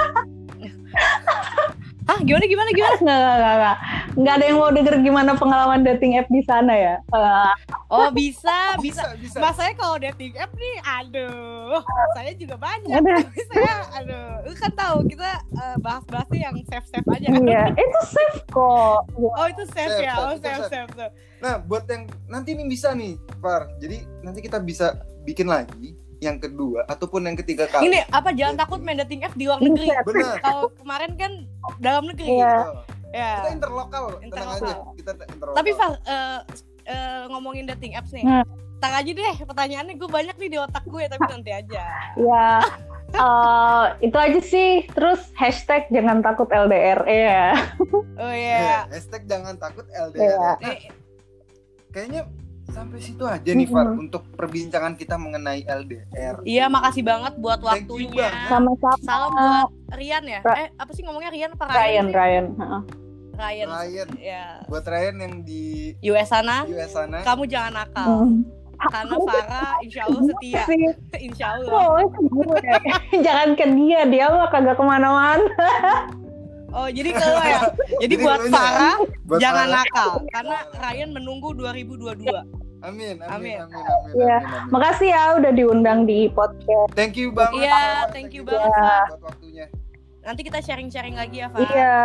Hah, gimana gimana gimana? Nggak, nggak, nggak, nggak. Nggak ada yang mau denger gimana pengalaman dating app di sana ya? Eh, Oh, bisa, bisa. bisa, bisa. Mas saya kalau dating app nih, aduh, saya juga banyak. Aduh. Tapi saya, aduh, lu kan tahu kita eh, bahas-bahasnya yang safe-safe aja kan? Iya, itu safe kok. Oh, itu safe Safe, ya, safe, oh itu safe, safe. safe, safe. Nah, buat yang nanti nih bisa nih, Far. Jadi nanti kita bisa bikin lagi yang kedua ataupun yang ketiga kali. Ini apa, jangan takut main dating app di luar negeri. Benar. Kalau kemarin kan dalam negeri. Iya. Oh. Ya. Kita interlokal, tenang Interlokal. aja. Kita interlokal. Tapi Far, eh, eh, ngomongin dating apps nih. Hmm. Tar aja deh pertanyaannya, gue banyak nih di otak gue, tapi nanti aja. Ya, eh, itu aja sih. Terus hashtag jangan takut L D R ya. Oh Ya, iya. hashtag jangan takut L D R. Iya. Nah, Eh, kayaknya sampai situ aja nih, Far, Mm-mm. untuk perbincangan kita mengenai L D R. Iya, makasih banget buat Thank you waktunya. banget. Sama-sama. Salam buat Rian ya. Ra- Eh, apa sih ngomongnya Rian apa Ryan, Ryan? sih? Ryan. Heeh. Ryan. Ryan, Ya. buat Ryan yang di U S sana, U S sana. kamu jangan nakal. Hmm. Karena Farah insya Allah setia. Sih. Insya Allah. Oh, itu gue. Jangan ke dia, dia mah kagak kemana-mana. Oh, jadi kalau ya. Jadi Jadi buat elunya. Farah Buat jangan Farah. nakal. Karena Ryan menunggu dua ribu dua puluh dua. Amin, Amin. amin, amin, amin, Iya. amin, amin. Makasih ya udah diundang di podcast. Thank you banget. Iya, Far. thank you banget banget, Far, Far. buat waktunya. Nanti kita sharing-sharing lagi ya, Farah. Iya.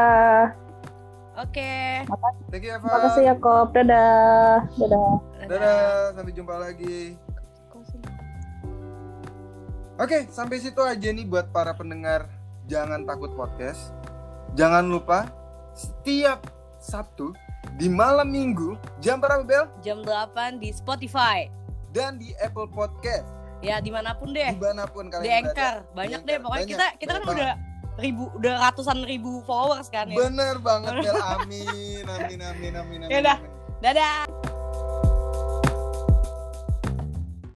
Oke. Thank you, Eva. Makasih ya, Kop. Dadah. Dadah. Dadah, sampai jumpa lagi. Oke, sampai situ aja nih buat para pendengar Jangan Takut Podcast. Jangan lupa setiap Sabtu di malam Minggu jam berapa, Bel? Jam delapan di Spotify. Dan di Apple Podcast. Ya, dimanapun deh. Dimanapun kalian Di Anchor. berada. Banyak Di deh. Anchor. Pokoknya Banyak, kita kita kan banyak udah ribu, udah ratusan ribu followers kan ya. Bener banget, Bel. Amin, amin, amin, amin, amin. Yaudah. amin. Dadah.